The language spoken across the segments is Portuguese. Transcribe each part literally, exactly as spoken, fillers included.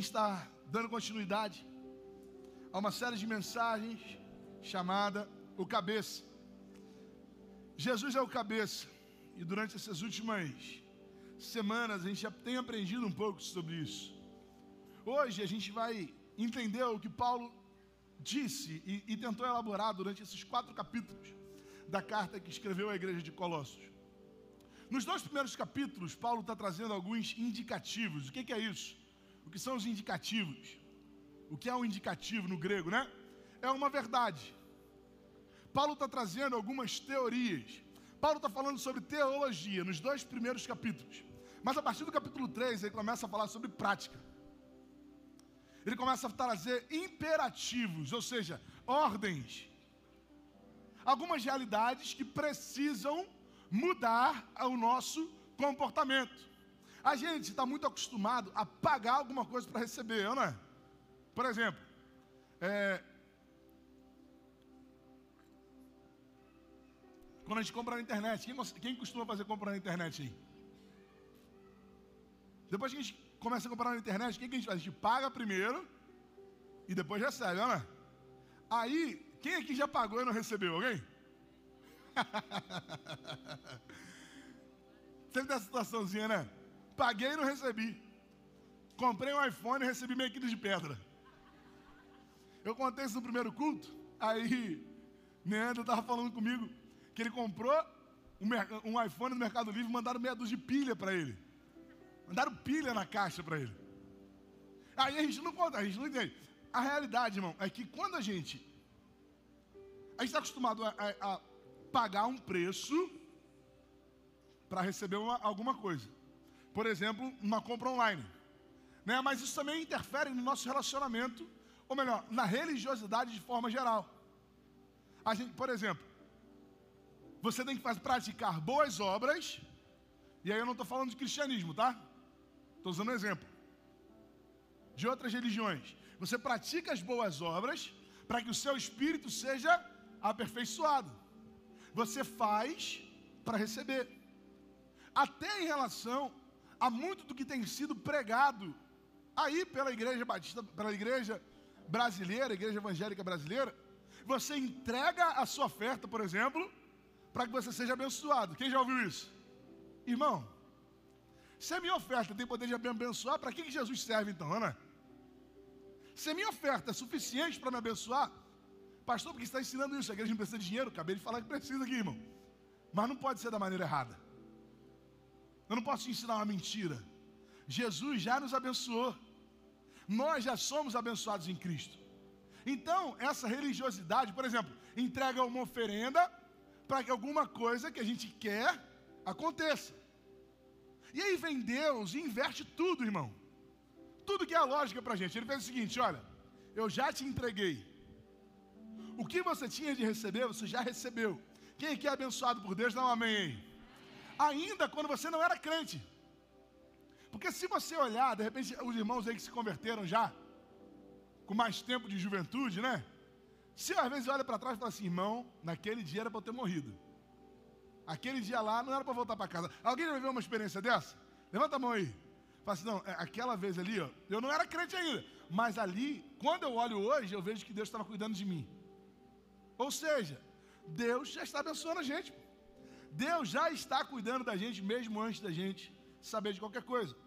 gente está dando continuidade a uma série de mensagens chamada O Cabeça. Jesus é o cabeça, e durante essas últimas semanas a gente já tem aprendido um pouco sobre isso. Hoje a gente vai entender o que Paulo disse e, e tentou elaborar durante esses quatro capítulos da carta que escreveu à igreja de Colossos. Nos dois primeiros capítulos, Paulo está trazendo alguns indicativos. O que, que é isso? O que são os indicativos? O que é um indicativo no grego, né? É uma verdade. Paulo está trazendo algumas teorias. Paulo está falando sobre teologia nos dois primeiros capítulos. Mas a partir do capítulo três, ele começa a falar sobre prática. Ele começa a trazer imperativos, ou seja, ordens. Algumas realidades que precisam mudar o nosso comportamento. A gente está muito acostumado a pagar alguma coisa para receber, não é? Por exemplo, é... quando a gente compra na internet, quem, quem costuma fazer compra na internet aí? Depois que a gente começa a comprar na internet, o que, que a gente faz? A gente paga primeiro e depois recebe, não é? Aí, quem aqui já pagou e não recebeu? Alguém? Sempre tem essa situaçãozinha, né? Paguei e não recebi. Comprei um iPhone e recebi meio quilo de pedra. Eu contei isso no primeiro culto. Aí, Neandro estava falando comigo que ele comprou um, um iPhone no Mercado Livre e mandaram meia dúzia de pilha para ele. Mandaram pilha na caixa para ele. Aí a gente não conta, a gente não entende. A realidade, irmão, é que quando a gente... A gente está acostumado a, a, a pagar um preço para receber uma, alguma coisa. Por exemplo, uma compra online. Né? Mas isso também interfere no nosso relacionamento, ou melhor, na religiosidade de forma geral. A gente, por exemplo, você tem que fazer, praticar boas obras, e aí eu não estou falando de cristianismo, tá? Estou usando um exemplo de outras religiões. Você pratica as boas obras para que o seu espírito seja aperfeiçoado. Você faz para receber. Até em relação a muito do que tem sido pregado aí pela igreja batista, pela igreja brasileira, igreja evangélica brasileira, você entrega a sua oferta, por exemplo, para que você seja abençoado. Quem já ouviu isso? Irmão, se a minha oferta tem poder de me abençoar, para que que Jesus serve então, não é? Se a minha oferta é suficiente para me abençoar, pastor, porque você está ensinando isso, a igreja não precisa de dinheiro, acabei de falar que precisa aqui, irmão. Mas não pode ser da maneira errada. Eu não posso te ensinar uma mentira. Jesus já nos abençoou. Nós já somos abençoados em Cristo. Então, essa religiosidade, por exemplo, entrega uma oferenda para que alguma coisa que a gente quer aconteça. E aí vem Deus e inverte tudo, irmão. Tudo que é a lógica para a gente. Ele fez o seguinte, olha, eu já te entreguei. O que você tinha de receber, você já recebeu. Quem aqui é abençoado por Deus, dá um amém aí. Ainda quando você não era crente. Porque se você olhar, de repente, os irmãos aí que se converteram já, com mais tempo de juventude, né? Se às vezes olha para trás e fala assim, irmão, naquele dia era para eu ter morrido. Aquele dia lá não era para voltar para casa. Alguém já viveu uma experiência dessa? Levanta a mão aí. Fala assim, não, aquela vez ali, ó, eu não era crente ainda. Mas ali, quando eu olho hoje, eu vejo que Deus estava cuidando de mim. Ou seja, Deus já está abençoando a gente. Deus já está cuidando da gente, mesmo antes da gente saber de qualquer coisa.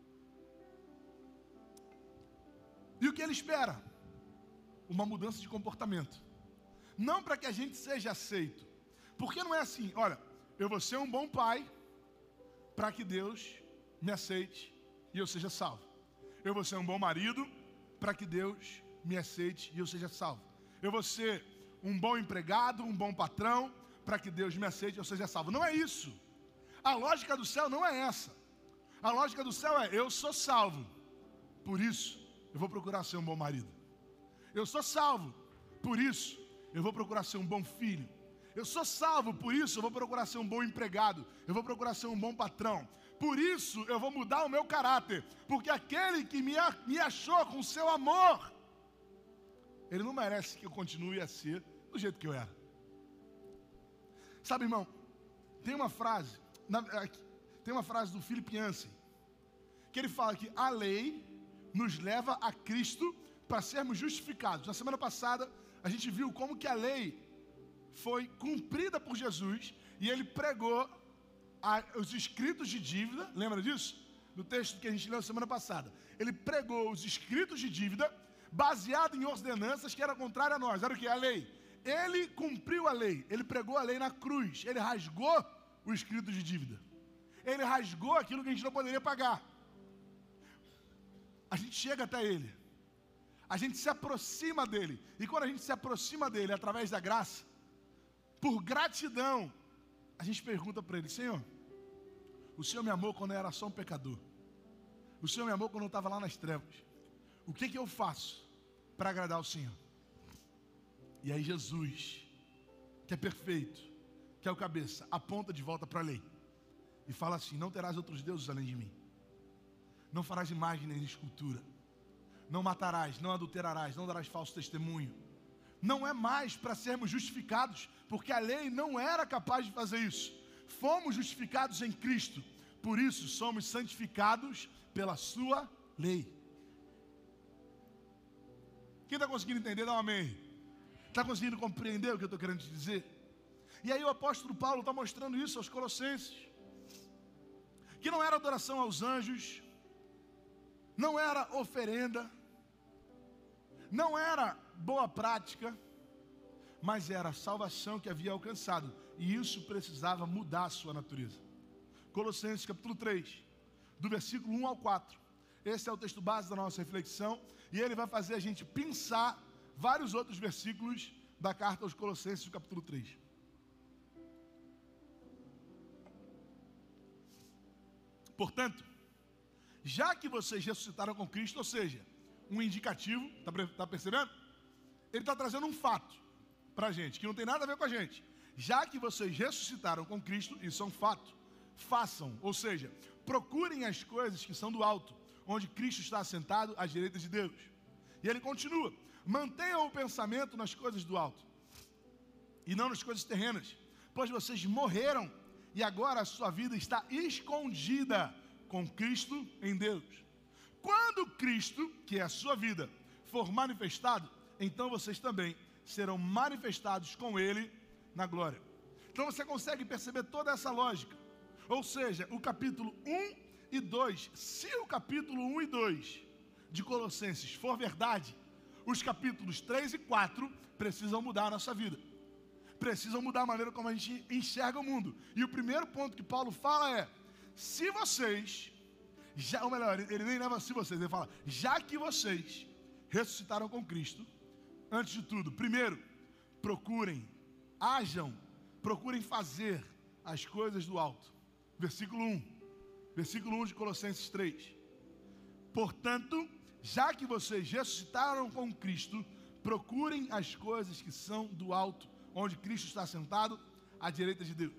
E o que Ele espera? Uma mudança de comportamento. Não para que a gente seja aceito. Porque não é assim, olha, eu vou ser um bom pai para que Deus me aceite e eu seja salvo. Eu vou ser um bom marido para que Deus me aceite e eu seja salvo. Eu vou ser um bom empregado, um bom patrão, para que Deus me aceite e eu seja salvo. Não é isso. A lógica do céu não é essa. A lógica do céu é, eu sou salvo, por isso eu vou procurar ser um bom marido. Eu sou salvo, por isso eu vou procurar ser um bom filho. Eu sou salvo, por isso eu vou procurar ser um bom empregado. Eu vou procurar ser um bom patrão. Por isso eu vou mudar o meu caráter. Porque aquele que me, me achou com seu amor, ele não merece que eu continue a ser do jeito que eu era. Sabe, irmão, tem uma frase, na, tem uma frase do Philip Yancey, que ele fala que a lei nos leva a Cristo para sermos justificados. Na semana passada, a gente viu como que a lei foi cumprida por Jesus e ele pregou a, os escritos de dívida, lembra disso? Do texto que a gente leu semana passada. Ele pregou os escritos de dívida baseado em ordenanças que eram contrárias a nós. Era o que? A lei. Ele cumpriu a lei, ele pregou a lei na cruz, ele rasgou o escrito de dívida. Ele rasgou aquilo que a gente não poderia pagar. A gente chega até ele. A gente se aproxima dele. E quando a gente se aproxima dele através da graça, por gratidão, a gente pergunta para ele: Senhor, o Senhor me amou quando eu era só um pecador. O Senhor me amou quando eu estava lá nas trevas. O que que eu faço para agradar o Senhor? E aí Jesus, que é perfeito, que é o cabeça, aponta de volta para a lei e fala assim: não terás outros deuses além de mim. Não farás imagem nem escultura. Não matarás, não adulterarás, não darás falso testemunho. Não é mais para sermos justificados, porque a lei não era capaz de fazer isso. Fomos justificados em Cristo, por isso somos santificados pela sua lei. Quem está conseguindo entender, dá um amém. Está conseguindo compreender o que eu estou querendo te dizer? E aí o apóstolo Paulo está mostrando isso aos Colossenses, que não era adoração aos anjos, não era oferenda, não era boa prática, mas era a salvação que havia alcançado, e isso precisava mudar a sua natureza. Colossenses capítulo três, do versículo um ao quatro, esse é o texto base da nossa reflexão, e ele vai fazer a gente pensar vários outros versículos da carta aos Colossenses, do capítulo três. Portanto, já que vocês ressuscitaram com Cristo, ou seja, um indicativo, está tá percebendo? Ele está trazendo um fato para a gente, que não tem nada a ver com a gente. Já que vocês ressuscitaram com Cristo, isso é um fato, façam, ou seja, procurem as coisas que são do alto, onde Cristo está assentado à direita de Deus. E ele continua: mantenham o pensamento nas coisas do alto, e não nas coisas terrenas, pois vocês morreram, e agora a sua vida está escondida com Cristo em Deus. Quando Cristo, que é a sua vida, for manifestado, então vocês também serão manifestados com Ele na glória. Então você consegue perceber toda essa lógica. Ou seja, o capítulo um e dois, se o capítulo um e dois de Colossenses for verdade, os capítulos três e quatro precisam mudar a nossa vida. Precisam mudar a maneira como a gente enxerga o mundo. E o primeiro ponto que Paulo fala é: se vocês, já, ou melhor, ele nem leva se vocês, ele fala, já que vocês ressuscitaram com Cristo, antes de tudo, primeiro, procurem, hajam, procurem fazer as coisas do alto. Versículo um, versículo um de Colossenses três. Portanto, já que vocês ressuscitaram com Cristo, procurem as coisas que são do alto, onde Cristo está sentado à direita de Deus.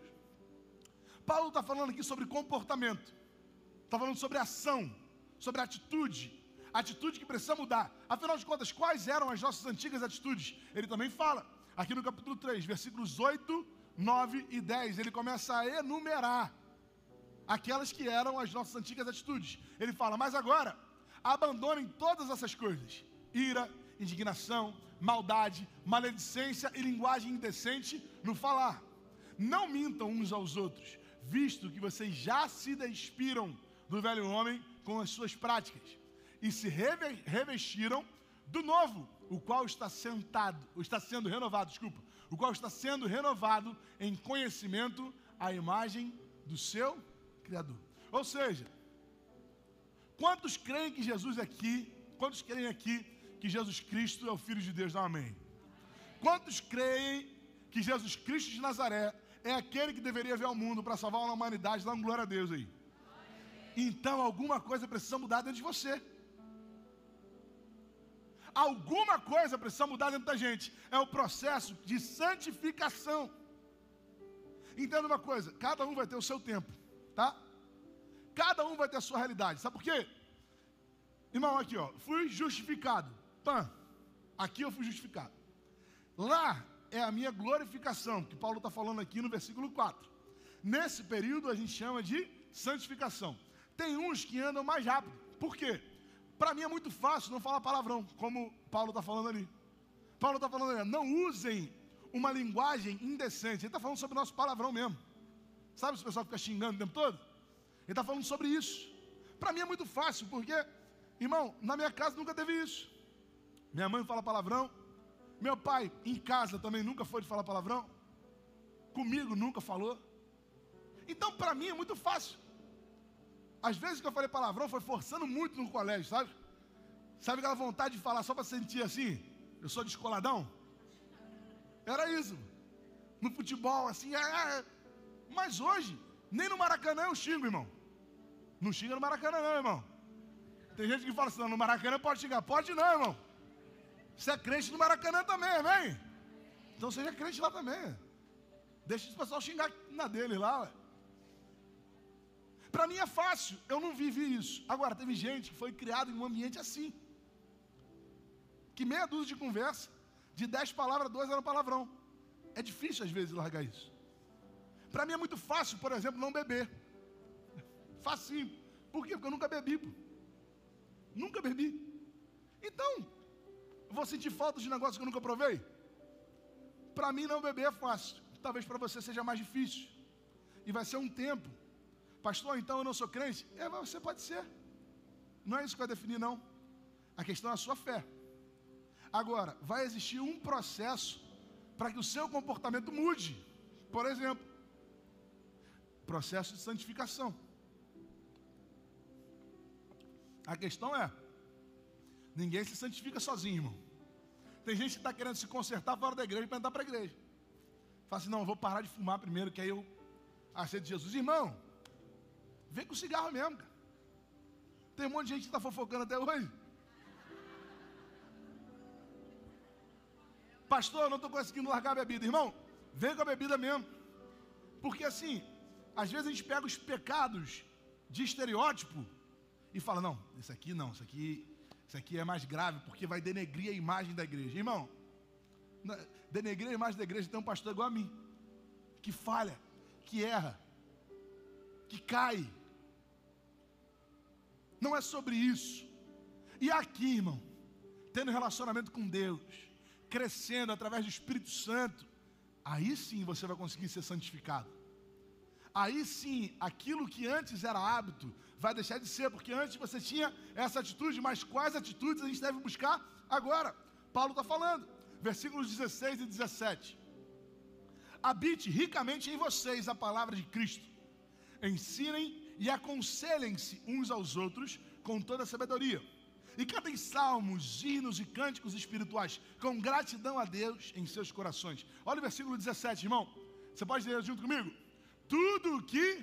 Paulo está falando aqui sobre comportamento, está falando sobre ação, sobre atitude, atitude que precisa mudar. Afinal de contas, quais eram as nossas antigas atitudes? Ele também fala, aqui no capítulo três, versículos oito, nove e dez, ele começa a enumerar aquelas que eram as nossas antigas atitudes. Ele fala: mas agora, abandonem todas essas coisas: ira, indignação, maldade, maledicência e linguagem indecente no falar. Não mintam uns aos outros, visto que vocês já se despiram do velho homem com as suas práticas e se reve- revestiram do novo, o qual está sentado, está sendo renovado, desculpa, o qual está sendo renovado em conhecimento à imagem do seu Criador. Ou seja, quantos creem que Jesus é aqui, quantos creem aqui que Jesus Cristo é o Filho de Deus? Dá um amém. Quantos creem que Jesus Cristo de Nazaré é aquele que deveria vir ao mundo para salvar a humanidade? Dá uma glória a Deus aí. Então alguma coisa precisa mudar dentro de você. Alguma coisa precisa mudar dentro da gente. É o processo de santificação. Entenda uma coisa, cada um vai ter o seu tempo, tá? Cada um vai ter a sua realidade. Sabe por quê? Irmão, aqui ó, fui justificado. Pã, aqui eu fui justificado. Lá é a minha glorificação, que Paulo está falando aqui no versículo quatro. Nesse período a gente chama de santificação. Tem uns que andam mais rápido. Por quê? Para mim é muito fácil não falar palavrão, como Paulo está falando ali. Paulo está falando ali, não usem uma linguagem indecente. Ele está falando sobre o nosso palavrão mesmo. Sabe se o pessoal fica xingando o tempo todo? Ele está falando sobre isso. Para mim é muito fácil, porque, irmão, na minha casa nunca teve isso. Minha mãe fala palavrão. Meu pai, em casa, também nunca foi de falar palavrão. Comigo nunca falou. Então, para mim é muito fácil. Às vezes que eu falei palavrão, foi forçando muito no colégio, sabe? Sabe aquela vontade de falar só para sentir assim? Eu sou descoladão? Era isso. No futebol, assim, é, é. Mas hoje, nem no Maracanã eu xingo, irmão. Não xinga no Maracanã não, irmão. Tem gente que fala assim, não, no Maracanã pode xingar. Pode não, irmão. Você é crente no Maracanã também, amém? Então seja crente lá também. Deixa esse pessoal xingar na dele lá, ué. Para mim é fácil, eu não vivi isso. Agora, teve gente que foi criada em um ambiente assim. Que meia dúzia de conversa, de dez palavras, duas eram palavrão. É difícil às vezes largar isso. Para mim é muito fácil, por exemplo, não beber. Facinho. Por quê? Porque eu nunca bebi. Pô. Nunca bebi. Então, eu vou sentir falta de negócio que eu nunca provei? Para mim não beber é fácil. Talvez para você seja mais difícil. E vai ser um tempo. Pastor, então eu não sou crente? É, mas você pode ser. Não é isso que vai definir, não. A questão é a sua fé. Agora, vai existir um processo para que o seu comportamento mude. Por exemplo, processo de santificação. A questão é, ninguém se santifica sozinho, irmão. Tem gente que está querendo se consertar fora da igreja para entrar para a igreja. Fala assim, não, eu vou parar de fumar primeiro, que aí eu aceito Jesus. Irmão, vem com cigarro mesmo, cara. Tem um monte de gente que está fofocando até hoje. Pastor, eu não estou conseguindo largar a bebida. Irmão, vem com a bebida mesmo. Porque assim, às vezes a gente pega os pecados de estereótipo e fala, não, isso aqui não, isso aqui, isso aqui é mais grave, porque vai denegrir a imagem da igreja. Irmão, denegrir a imagem da igreja tem um pastor igual a mim, que falha, que erra, que cai. Não é sobre isso. E aqui, irmão, tendo relacionamento com Deus, crescendo através do Espírito Santo, aí sim você vai conseguir ser santificado. Aí sim, aquilo que antes era hábito, vai deixar de ser, porque antes você tinha essa atitude, mas quais atitudes a gente deve buscar agora? Paulo está falando, versículos dezesseis e dezessete. Habite ricamente em vocês a palavra de Cristo. Ensinem e aconselhem-se uns aos outros com toda a sabedoria. E cantem salmos, hinos e cânticos espirituais com gratidão a Deus em seus corações. Olha o versículo dezessete, irmão. Você pode ler junto comigo? Tudo o que...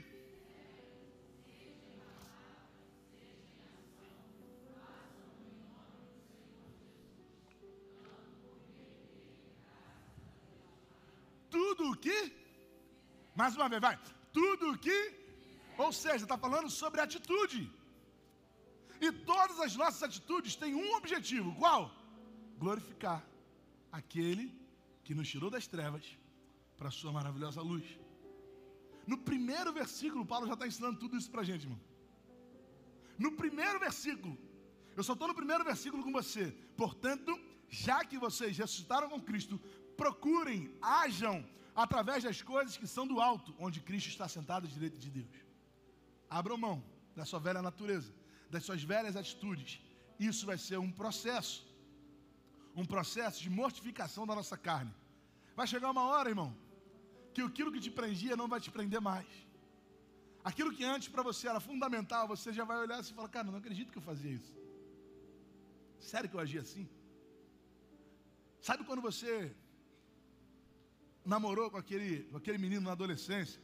Tudo o que... Mais uma vez, vai. Tudo o que... Ou seja, está falando sobre atitude. E todas as nossas atitudes têm um objetivo. Qual? Glorificar aquele que nos tirou das trevas para a sua maravilhosa luz. No primeiro versículo, Paulo já está ensinando tudo isso para a gente, irmão. No primeiro versículo. Eu só estou no primeiro versículo com você. Portanto, já que vocês ressuscitaram com Cristo, procurem, ajam através das coisas que são do alto, onde Cristo está sentado à direita de Deus. Abram mão da sua velha natureza, das suas velhas atitudes. Isso vai ser um processo, um processo de mortificação da nossa carne. Vai chegar uma hora, irmão, que aquilo que te prendia não vai te prender mais. Aquilo que antes para você era fundamental, você já vai olhar assim e falar, cara, não acredito que eu fazia isso. Sério que eu agia assim? Sabe quando você namorou com aquele, com aquele menino na adolescência?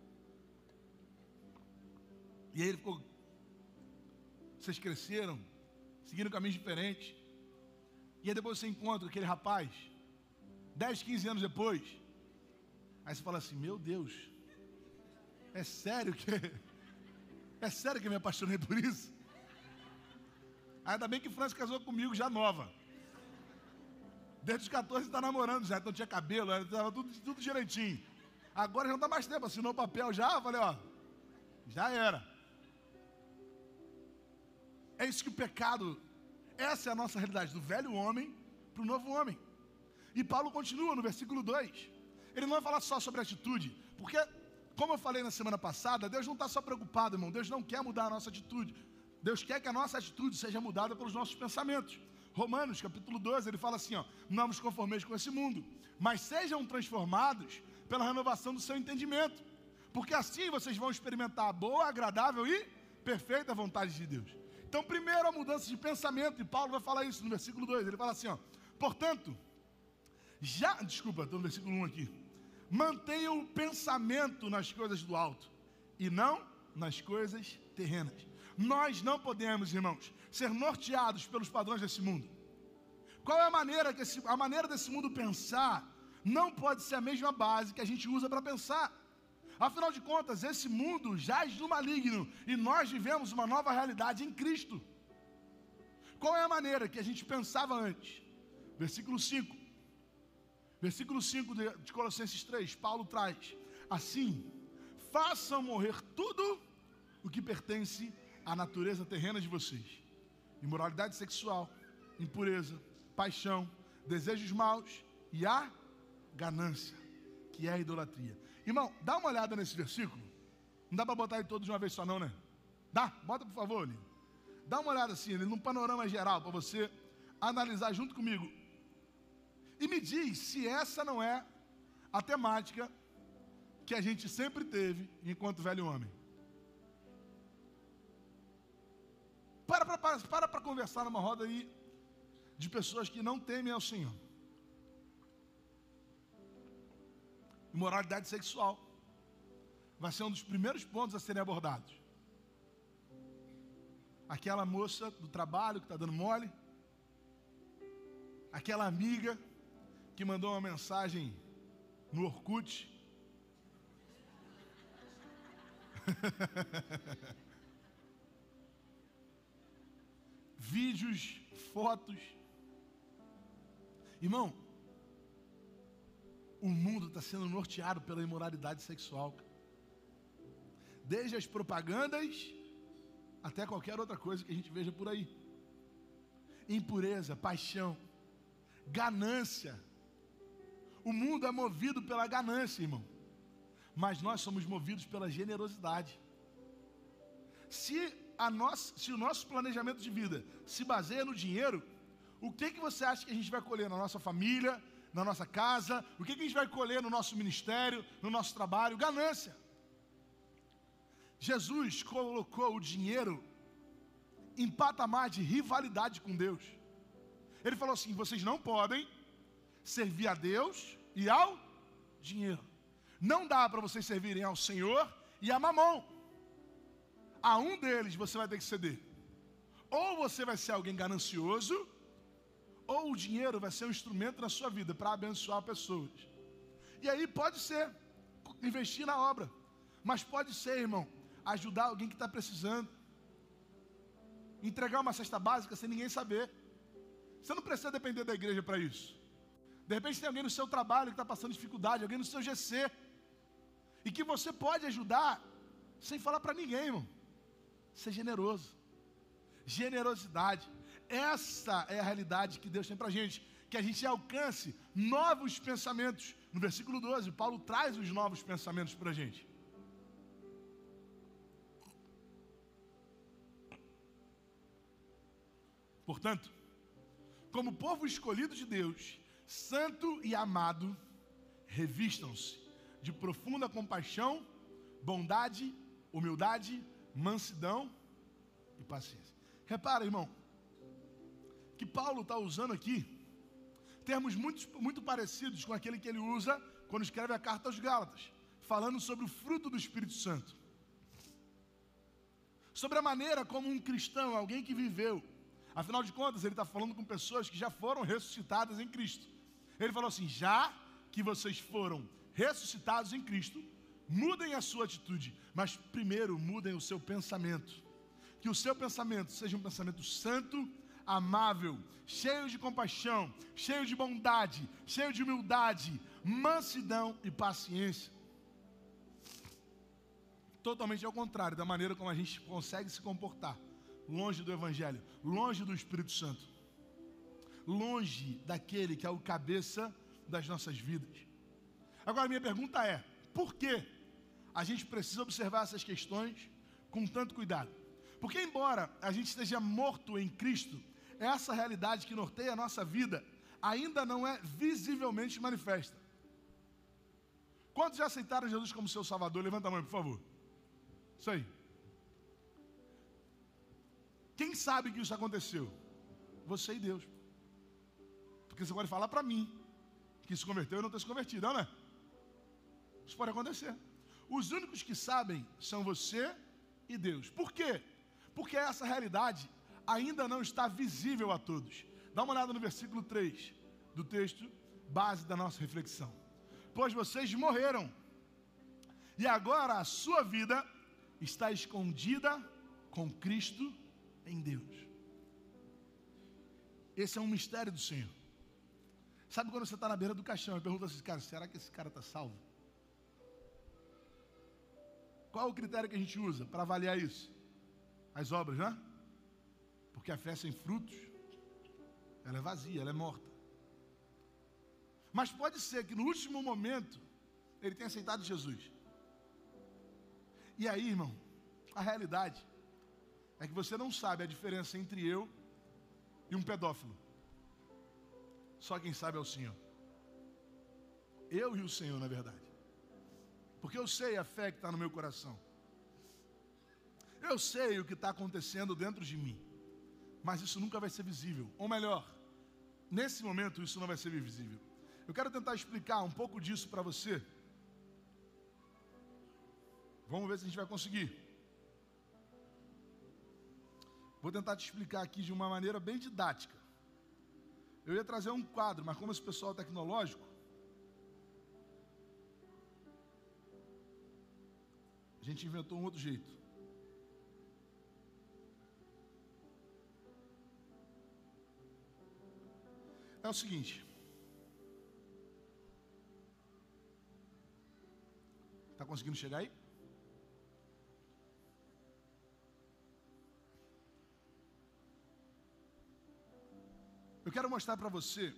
E aí ele ficou... Vocês cresceram, seguiram caminhos diferentes. E aí depois você encontra aquele rapaz, dez, quinze anos depois. Aí você fala assim, meu Deus, é sério que... É sério que eu me apaixonei por isso? Ainda bem que França casou comigo já nova. Desde os quatorze está namorando já, então tinha cabelo, estava tudo, tudo direitinho. Agora já não dá mais tempo, assinou o papel já, falei, ó, já era. É isso que o pecado, essa é a nossa realidade, do velho homem para o novo homem. E Paulo continua no versículo dois. Ele não vai falar só sobre atitude, porque, como eu falei na semana passada, Deus não está só preocupado, irmão. Deus não quer mudar a nossa atitude. Deus quer que a nossa atitude seja mudada pelos nossos pensamentos. Romanos, capítulo doze, ele fala assim, ó, não vos conformeis com esse mundo, mas sejam transformados pela renovação do seu entendimento, porque assim vocês vão experimentar a boa, agradável e perfeita vontade de Deus. Então, primeiro a mudança de pensamento, e Paulo vai falar isso no versículo dois, ele fala assim, ó, portanto, já, desculpa, estou no versículo um aqui, mantenham o pensamento nas coisas do alto, e não nas coisas terrenas. Nós não podemos, irmãos, ser norteados pelos padrões desse mundo. Qual é a maneira que esse, a maneira desse mundo pensar não pode ser a mesma base que a gente usa para pensar. Afinal de contas, esse mundo jaz no maligno e nós vivemos uma nova realidade em Cristo. Qual é a maneira que a gente pensava antes? Versículo cinco. Versículo cinco de, de Colossenses três, Paulo traz: assim, façam morrer tudo o que pertence à natureza terrena de vocês: imoralidade sexual, impureza, paixão, desejos maus e a ganância, que é a idolatria. Irmão, dá uma olhada nesse versículo. Não dá para botar ele todo de uma vez só não, né? Dá? Bota por favor, Lino. Dá uma olhada assim, num panorama geral, para você analisar junto comigo. E me diz se essa não é a temática que a gente sempre teve enquanto velho homem. Para para para para conversar numa roda aí de pessoas que não temem ao Senhor. Imoralidade sexual vai ser um dos primeiros pontos a serem abordados. Aquela moça do trabalho que está dando mole, aquela amiga que mandou uma mensagem no Orkut, vídeos, fotos. Irmão, o mundo está sendo norteado pela imoralidade sexual, desde as propagandas até qualquer outra coisa que a gente veja por aí. Impureza, paixão, ganância. O mundo é movido pela ganância, irmão, mas nós somos movidos pela generosidade. Se, a nossa, se o nosso planejamento de vida se baseia no dinheiro, o que, que você acha que a gente vai colher na nossa família, na nossa casa? O que, que a gente vai colher no nosso ministério, no nosso trabalho? Ganância. Jesus colocou o dinheiro em patamar de rivalidade com Deus. Ele falou assim: vocês não podem servir a Deus e ao dinheiro. Não dá para vocês servirem ao Senhor e a Mamon. A um deles você vai ter que ceder. Ou você vai ser alguém ganancioso, ou o dinheiro vai ser um instrumento na sua vida para abençoar pessoas. E aí pode ser investir na obra, mas pode ser, irmão, ajudar alguém que está precisando, entregar uma cesta básica sem ninguém saber. Você não precisa depender da igreja para isso. De repente tem alguém no seu trabalho que está passando dificuldade, alguém no seu G C, e que você pode ajudar sem falar para ninguém, irmão. Ser generoso. Generosidade. Essa é a realidade que Deus tem para a gente, que a gente alcance novos pensamentos. No versículo doze, Paulo traz os novos pensamentos para a gente. Portanto, como povo escolhido de Deus, santo e amado, revistam-se de profunda compaixão, bondade, humildade, mansidão e paciência. Repara, irmão, que Paulo está usando aqui termos muito, muito parecidos com aquele que ele usa quando escreve a carta aos Gálatas, falando sobre o fruto do Espírito Santo, sobre a maneira como um cristão, alguém que viveu, afinal de contas ele está falando com pessoas que já foram ressuscitadas em Cristo. Ele falou assim: já que vocês foram ressuscitados em Cristo, mudem a sua atitude, mas primeiro mudem o seu pensamento. Que o seu pensamento seja um pensamento santo, amável, cheio de compaixão, cheio de bondade, cheio de humildade, mansidão e paciência. Totalmente ao contrário da maneira como a gente consegue se comportar longe do Evangelho, longe do Espírito Santo, longe daquele que é o cabeça das nossas vidas. Agora, minha pergunta é, por que a gente precisa observar essas questões com tanto cuidado? Porque, embora a gente esteja morto em Cristo, essa realidade que norteia a nossa vida ainda não é visivelmente manifesta. Quantos já aceitaram Jesus como seu Salvador? Levanta a mão, por favor. Isso aí. Quem sabe que isso aconteceu? Você e Deus. Porque você pode falar para mim que se converteu e não ter se convertido, não é? Isso pode acontecer. Os únicos que sabem são você e Deus. Por quê? Porque essa realidade ainda não está visível a todos. Dá uma olhada no versículo três do texto base da nossa reflexão. Pois vocês morreram, e agora a sua vida está escondida com Cristo em Deus. Esse é um mistério do Senhor. Sabe quando você está na beira do caixão e pergunta assim, cara, será que esse cara está salvo? Qual é o critério que a gente usa para avaliar isso? As obras, né? Porque a fé sem frutos, ela é vazia, ela é morta. Mas pode ser que no último momento ele tenha aceitado Jesus. E aí, irmão, a realidade é que você não sabe a diferença entre eu e um pedófilo. Só quem sabe é o Senhor. Eu e o Senhor, na verdade. Porque eu sei a fé que está no meu coração. Eu sei o que está acontecendo dentro de mim. Mas isso nunca vai ser visível. Ou melhor, nesse momento isso não vai ser visível. Eu quero tentar explicar um pouco disso para você. Vamos ver se a gente vai conseguir. Vou tentar te explicar aqui de uma maneira bem didática. Eu ia trazer um quadro, mas como esse pessoal é tecnológico, a gente inventou um outro jeito. É o seguinte. Está conseguindo chegar aí? Eu quero mostrar para você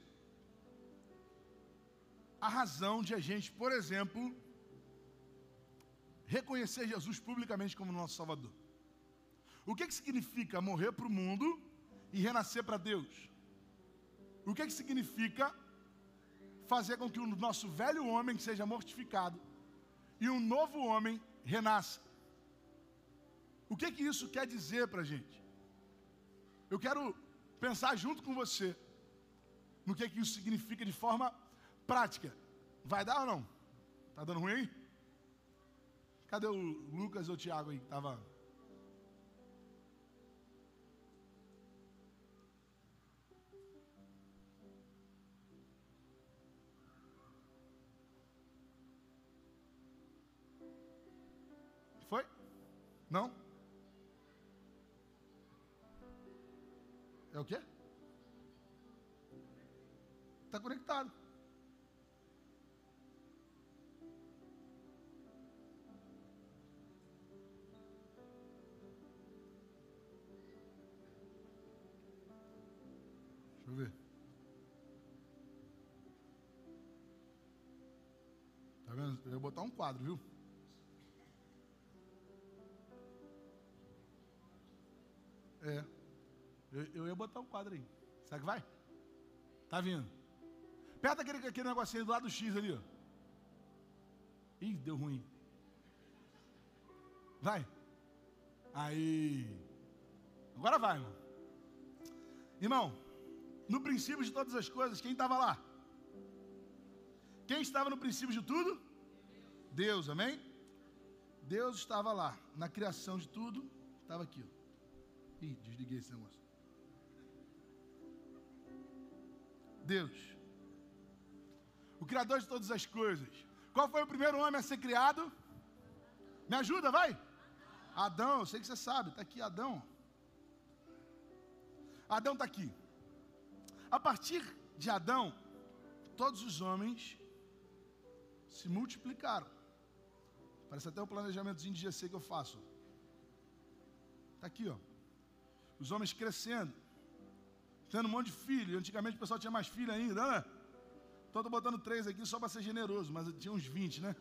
a razão de a gente, por exemplo, reconhecer Jesus publicamente como nosso Salvador. O que que significa morrer para o mundo e renascer para Deus? O que que significa fazer com que o nosso velho homem seja mortificado e um novo homem renasça? O que que isso quer dizer para a gente? Eu quero pensar junto com você no que que isso significa de forma prática. Vai dar ou não? Tá dando ruim aí? Cadê o Lucas ou o Tiago aí que tava? Foi? Não? É o quê? Está conectado. Deixa eu ver. Tá vendo? Eu ia botar um quadro, viu? É. Eu, eu ia botar um quadro aí. Será que vai? Tá vindo. Aperta aquele, aquele negocinho do lado do X ali, ó. Ih, deu ruim. Vai. Aí. Agora vai, irmão. Irmão, no princípio de todas as coisas, quem estava lá? Quem estava no princípio de tudo? Deus, amém? Deus estava lá, na criação de tudo, estava aqui, ó. Ih, desliguei esse negócio. Deus, o Criador de todas as coisas. Qual foi o primeiro homem a ser criado? Me ajuda, vai. Adão, eu sei que você sabe, está aqui Adão. Adão está aqui. A partir de Adão, todos os homens se multiplicaram. Parece até o planejamentozinho de G C que eu faço. Está aqui, ó. Os homens crescendo, tendo um monte de filho. Antigamente o pessoal tinha mais filho ainda, né? Então estou botando três aqui só para ser generoso, mas tinha uns vinte, né?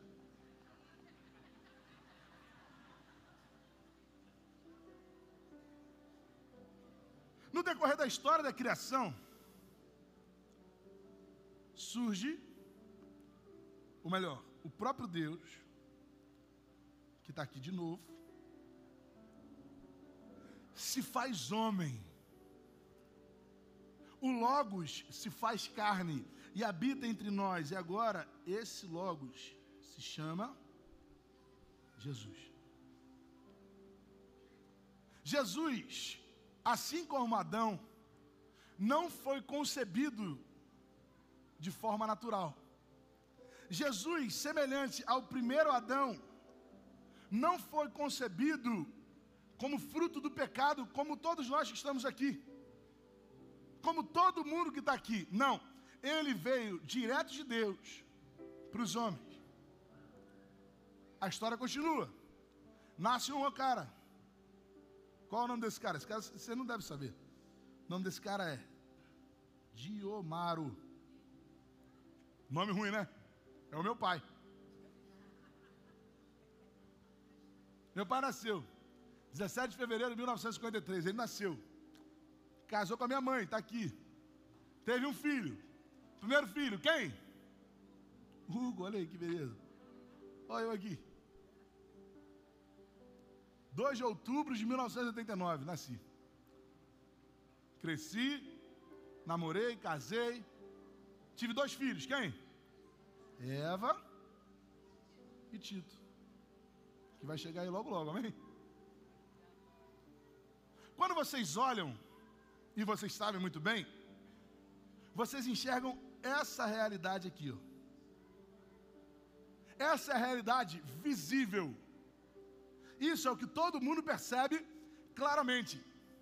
No decorrer da história da criação, surge, ou melhor, o próprio Deus, que está aqui de novo, se faz homem. O Logos se faz carne e habita entre nós. E agora, esse Logos se chama Jesus. Jesus, assim como Adão, não foi concebido de forma natural. Jesus, semelhante ao primeiro Adão, não foi concebido como fruto do pecado, como todos nós que estamos aqui. Como todo mundo que está aqui. Não. Ele veio direto de Deus para os homens. A história continua. Nasce um cara. Qual é o nome desse cara? Esse cara você não deve saber. O nome desse cara é Diomaro. Nome ruim, né? É o meu pai. Meu pai nasceu dezessete de fevereiro de mil novecentos e cinquenta e três. Ele nasceu. Casou com a minha mãe, está aqui. Teve um filho. Primeiro filho, quem? Hugo, olha aí que beleza. Olha eu aqui. dois de outubro de mil novecentos e oitenta e nove, nasci. Cresci, namorei, casei. Tive dois filhos, quem? Eva e Tito. Que vai chegar aí logo, logo, amém? Quando vocês olham, e vocês sabem muito bem, vocês enxergam essa realidade aqui, ó. Essa é a realidade visível. Isso é o que todo mundo percebe claramente.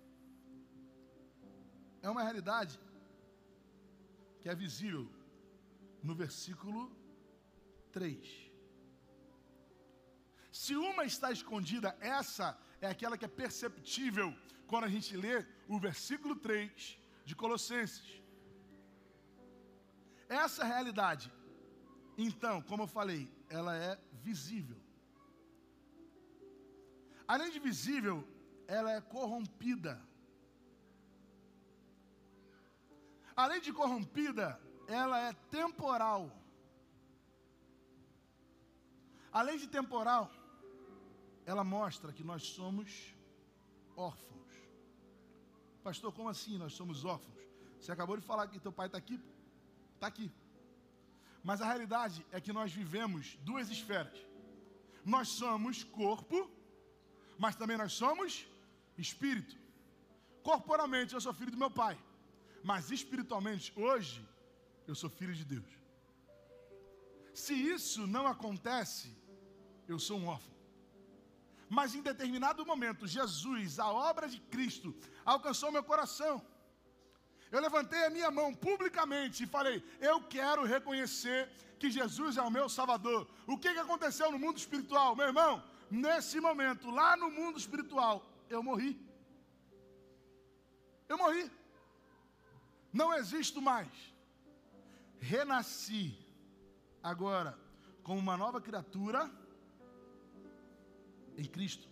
É uma realidade que é visível no versículo três. Se uma está escondida, essa é aquela que é perceptível quando a gente lê o versículo três de Colossenses. Essa realidade, então, como eu falei, ela é visível. Além de visível, ela é corrompida. Além de corrompida, ela é temporal. Além de temporal, ela mostra que nós somos órfãos. Pastor, como assim nós somos órfãos? Você acabou de falar que teu pai está aqui? Está aqui. Mas a realidade é que nós vivemos duas esferas. Nós somos corpo, mas também nós somos espírito. Corporalmente eu sou filho do meu pai, mas espiritualmente hoje eu sou filho de Deus. Se isso não acontece, eu sou um órfão. Mas em determinado momento, Jesus, a obra de Cristo, alcançou meu coração. Eu levantei a minha mão publicamente e falei, eu quero reconhecer que Jesus é o meu Salvador. O que, que aconteceu no mundo espiritual? Meu irmão, nesse momento, lá no mundo espiritual, eu morri. Eu morri. Não existo mais. Renasci agora como uma nova criatura em Cristo.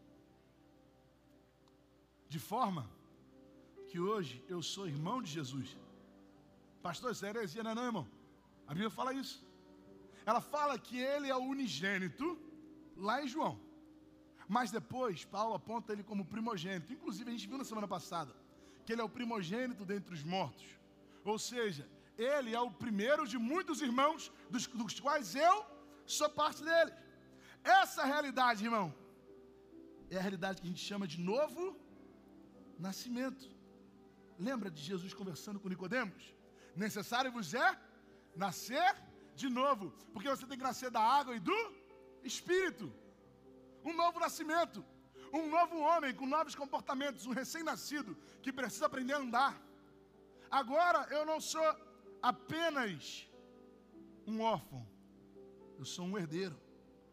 De forma que hoje eu sou irmão de Jesus. Pastor, isso é heresia, não é não, irmão? A Bíblia fala isso. Ela fala que ele é o unigênito, lá em João. Mas depois, Paulo aponta ele como primogênito. Inclusive, a gente viu na semana passada que ele é o primogênito dentre os mortos. Ou seja, ele é o primeiro de muitos irmãos, dos, dos quais eu sou parte dele. Essa realidade, irmão, é a realidade que a gente chama de novo nascimento. Lembra de Jesus conversando com Nicodemos? Necessário vos é nascer de novo, porque você tem que nascer da água e do Espírito. Um novo nascimento, um novo homem com novos comportamentos, um recém-nascido que precisa aprender a andar. Agora eu não sou apenas um órfão, eu sou um herdeiro.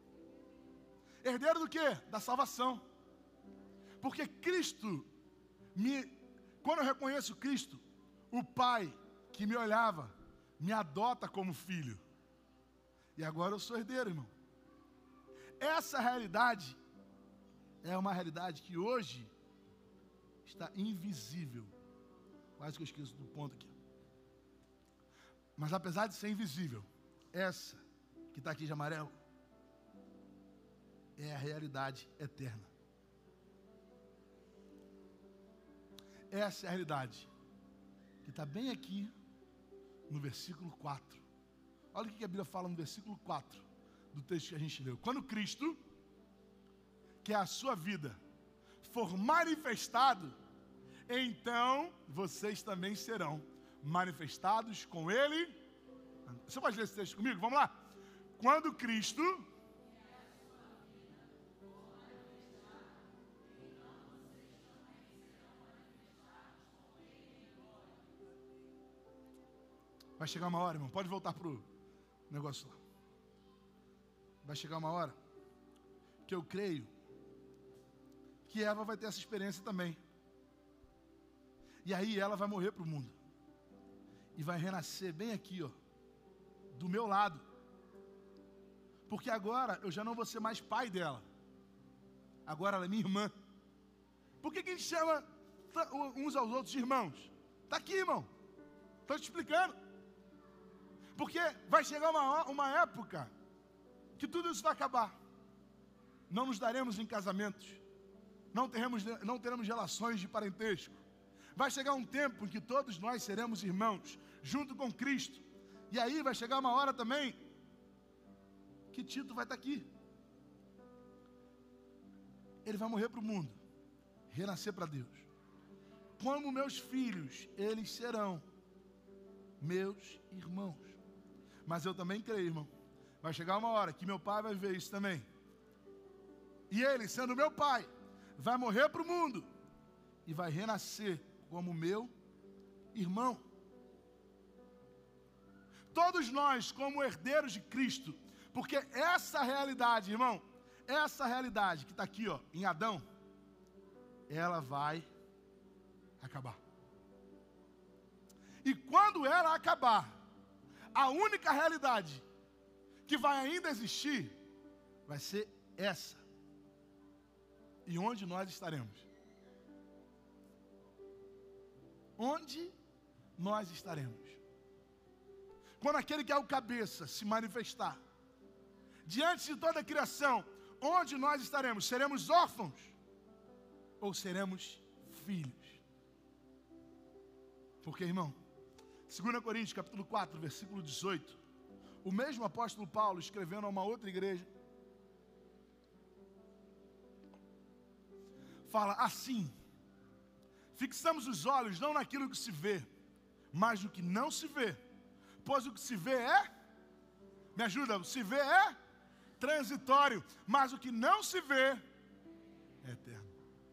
Herdeiro do quê? Da salvação. Porque Cristo me, quando eu reconheço Cristo, o Pai que me olhava, me adota como filho. E agora eu sou herdeiro, irmão. Essa realidade é uma realidade que hoje está invisível. Quase que eu esqueço do ponto aqui. Mas apesar de ser invisível, essa que está aqui de amarelo é a realidade eterna. Essa é a realidade que está bem aqui no versículo quatro. Olha o que a Bíblia fala no versículo quatro do texto que a gente leu. Quando Cristo, que é a sua vida, for manifestado, então vocês também serão manifestados com Ele. Você pode ler esse texto comigo? Vamos lá. Quando Cristo... Vai chegar uma hora, irmão. Pode voltar para o negócio lá. Vai chegar uma hora que eu creio que Eva vai ter essa experiência também. E aí ela vai morrer para o mundo. E vai renascer bem aqui, ó, do meu lado. Porque agora eu já não vou ser mais pai dela. Agora ela é minha irmã. Por que que a gente chama uns aos outros de irmãos? Está aqui, irmão. Estou te explicando. Porque vai chegar uma, uma época que tudo isso vai acabar. Não nos daremos em casamentos. Não teremos, não teremos relações de parentesco. Vai chegar um tempo em que todos nós seremos irmãos, junto com Cristo. E aí vai chegar uma hora também que Tito vai estar aqui. Ele vai morrer para o mundo, renascer para Deus. Como meus filhos, eles serão meus irmãos. Mas eu também creio, irmão. Vai chegar uma hora que meu pai vai ver isso também. E ele, sendo meu pai, vai morrer para o mundo e vai renascer como meu irmão. Todos nós, como herdeiros de Cristo, porque essa realidade, irmão, essa realidade que está aqui, ó, em Adão, ela vai acabar. E quando ela acabar, a única realidade que vai ainda existir vai ser essa. E onde nós estaremos? Onde nós estaremos? Quando aquele que é o cabeça se manifestar, diante de toda a criação, onde nós estaremos? Seremos órfãos ou seremos filhos? Porque, irmão, segunda Coríntios, capítulo quatro, versículo dezoito, o mesmo apóstolo Paulo, escrevendo a uma outra igreja, fala assim: fixamos os olhos não naquilo que se vê, mas no que não se vê, pois o que se vê é, me ajuda, o que se vê é transitório, mas o que não se vê é eterno.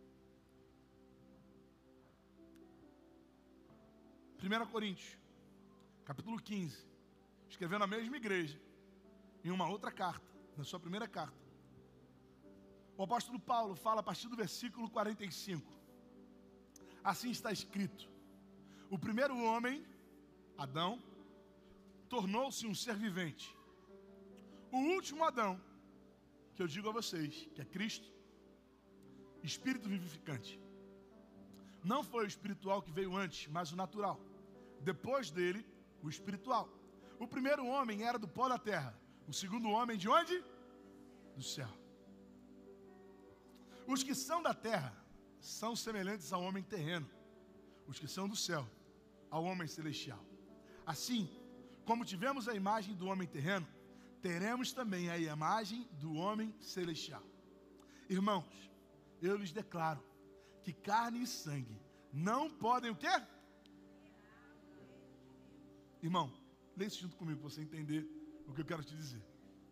primeira Coríntios, capítulo quinze, escrevendo a mesma igreja, em uma outra carta, na sua primeira carta, o apóstolo Paulo fala a partir do versículo quarenta e cinco, assim está escrito: o primeiro homem, Adão, tornou-se um ser vivente. O último Adão, que eu digo a vocês, que é Cristo, Espírito vivificante. Não foi o espiritual que veio antes, mas o natural. Depois dele, o espiritual. O primeiro homem era do pó da terra. O segundo homem de onde? Do céu. Os que são da terra são semelhantes ao homem terreno. Os que são do céu, ao homem celestial. Assim, como tivemos a imagem do homem terreno, teremos também a imagem do homem celestial. Irmãos, eu lhes declaro que carne e sangue não podem o quê? Irmão, lê isso junto comigo para você entender o que eu quero te dizer.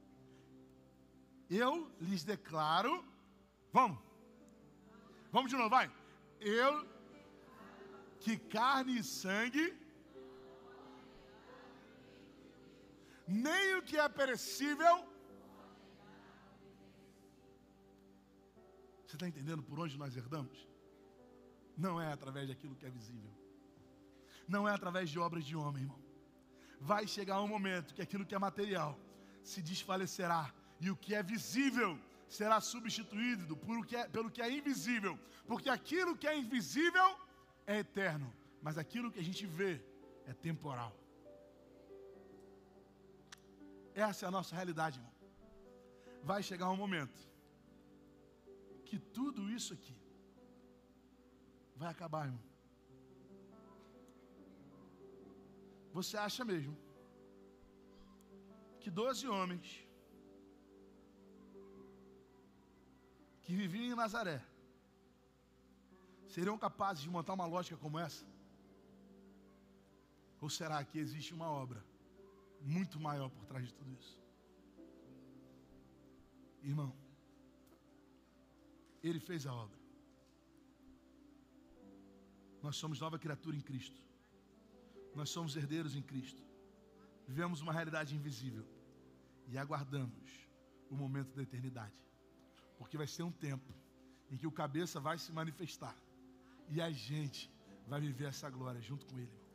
Eu lhes declaro, vamos, vamos de novo, vai. Eu, que carne e sangue, nem o que é perecível. Você está entendendo por onde nós herdamos? não é através daquilo que é visível. Não é através de obras de homem, irmão. Vai chegar um momento que aquilo que é material se desfalecerá e o que é visível será substituído por o que é, pelo que é invisível. Porque aquilo que é invisível é eterno, mas aquilo que a gente vê é temporal. Essa é a nossa realidade, irmão. Vai chegar um momento que tudo isso aqui vai acabar, irmão. Você acha mesmo que doze homens que viviam em Nazaré seriam capazes de montar uma lógica como essa? Ou será que existe uma obra muito maior por trás de tudo isso? Irmão, Ele fez a obra. Nós somos nova criatura em Cristo. Nós somos herdeiros em Cristo. Vivemos uma realidade invisível e aguardamos o momento da eternidade. Porque vai ser um tempo em que o cabeça vai se manifestar e a gente vai viver essa glória junto com Ele, irmão.